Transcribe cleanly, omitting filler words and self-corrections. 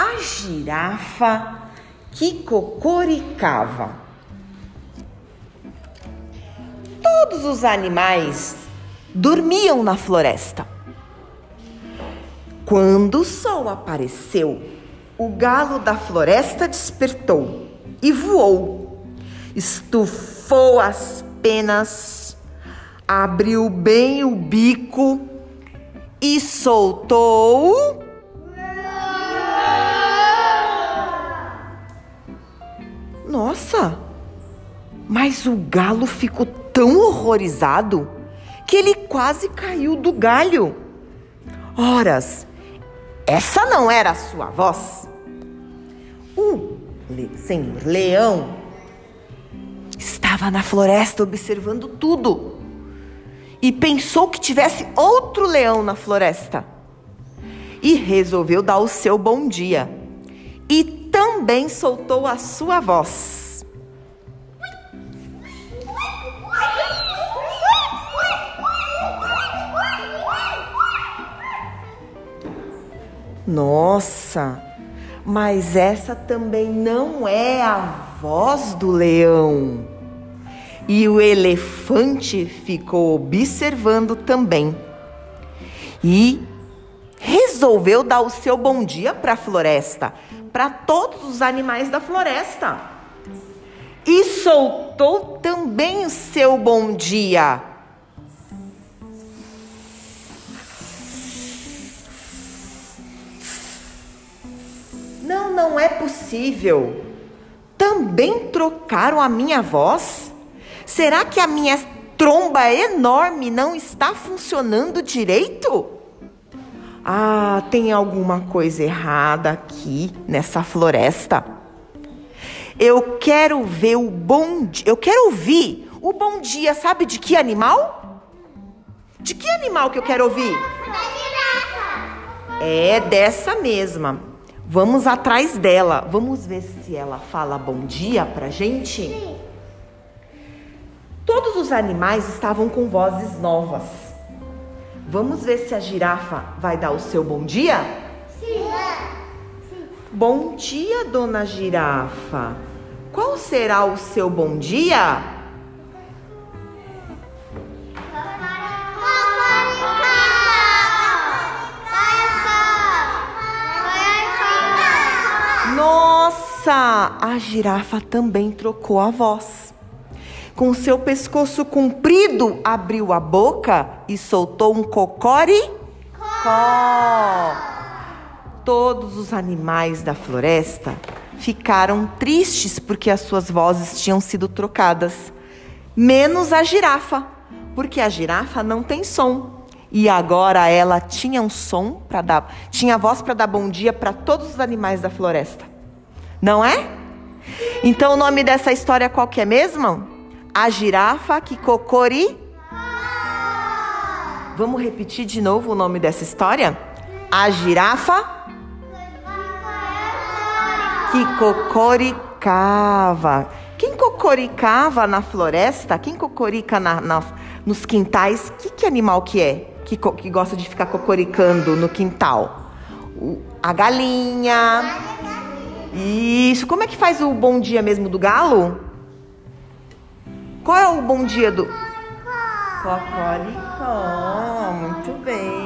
A girafa que cocoricava. Todos os animais dormiam na floresta. Quando o sol apareceu, o galo da floresta despertou e voou. Estufou as penas, abriu bem o bico e soltou... Nossa! Mas o galo ficou tão horrorizado que ele quase caiu do galho. Horas, essa não era a sua voz. O senhor leão estava na floresta observando tudo e pensou que tivesse outro leão na floresta e resolveu dar o seu bom dia e também soltou a sua voz. Nossa, mas essa também não é a voz do leão. E o elefante ficou observando também. E resolveu dar o seu bom dia para a floresta, para todos os animais da floresta. E soltou também o seu bom dia. Não é possível. Também trocaram a minha voz? Será que a minha tromba enorme não está funcionando direito? Ah, tem alguma coisa errada aqui nessa floresta. Eu quero ver o bom dia. Eu quero ouvir o bom dia, sabe de que animal? De que animal que eu quero ouvir? Da girafa. É dessa mesma. Vamos atrás dela. Vamos ver se ela fala bom dia pra gente? Sim. Todos os animais estavam com vozes novas. Vamos ver se a girafa vai dar o seu bom dia? Sim. Bom dia, dona girafa. Qual será o seu bom dia? Nossa, a girafa também trocou a voz. Com seu pescoço comprido, abriu a boca e soltou um cocoricó. Todos os animais da floresta ficaram tristes porque as suas vozes tinham sido trocadas. Menos a girafa, porque a girafa não tem som. E agora ela tinha um som para dar, tinha voz para dar bom dia para todos os animais da floresta. Não é? Então o nome dessa história qual que é mesmo? A girafa que cocoricava. Vamos repetir de novo o nome dessa história? A girafa que cocoricava. Quem cocoricava na floresta? Quem cocorica nos quintais? Que animal que é? Que gosta de ficar cocoricando no quintal? A galinha. Isso. Como é que faz o bom dia mesmo do galo? Qual é o bom dia do... Cocoricó. Muito bem.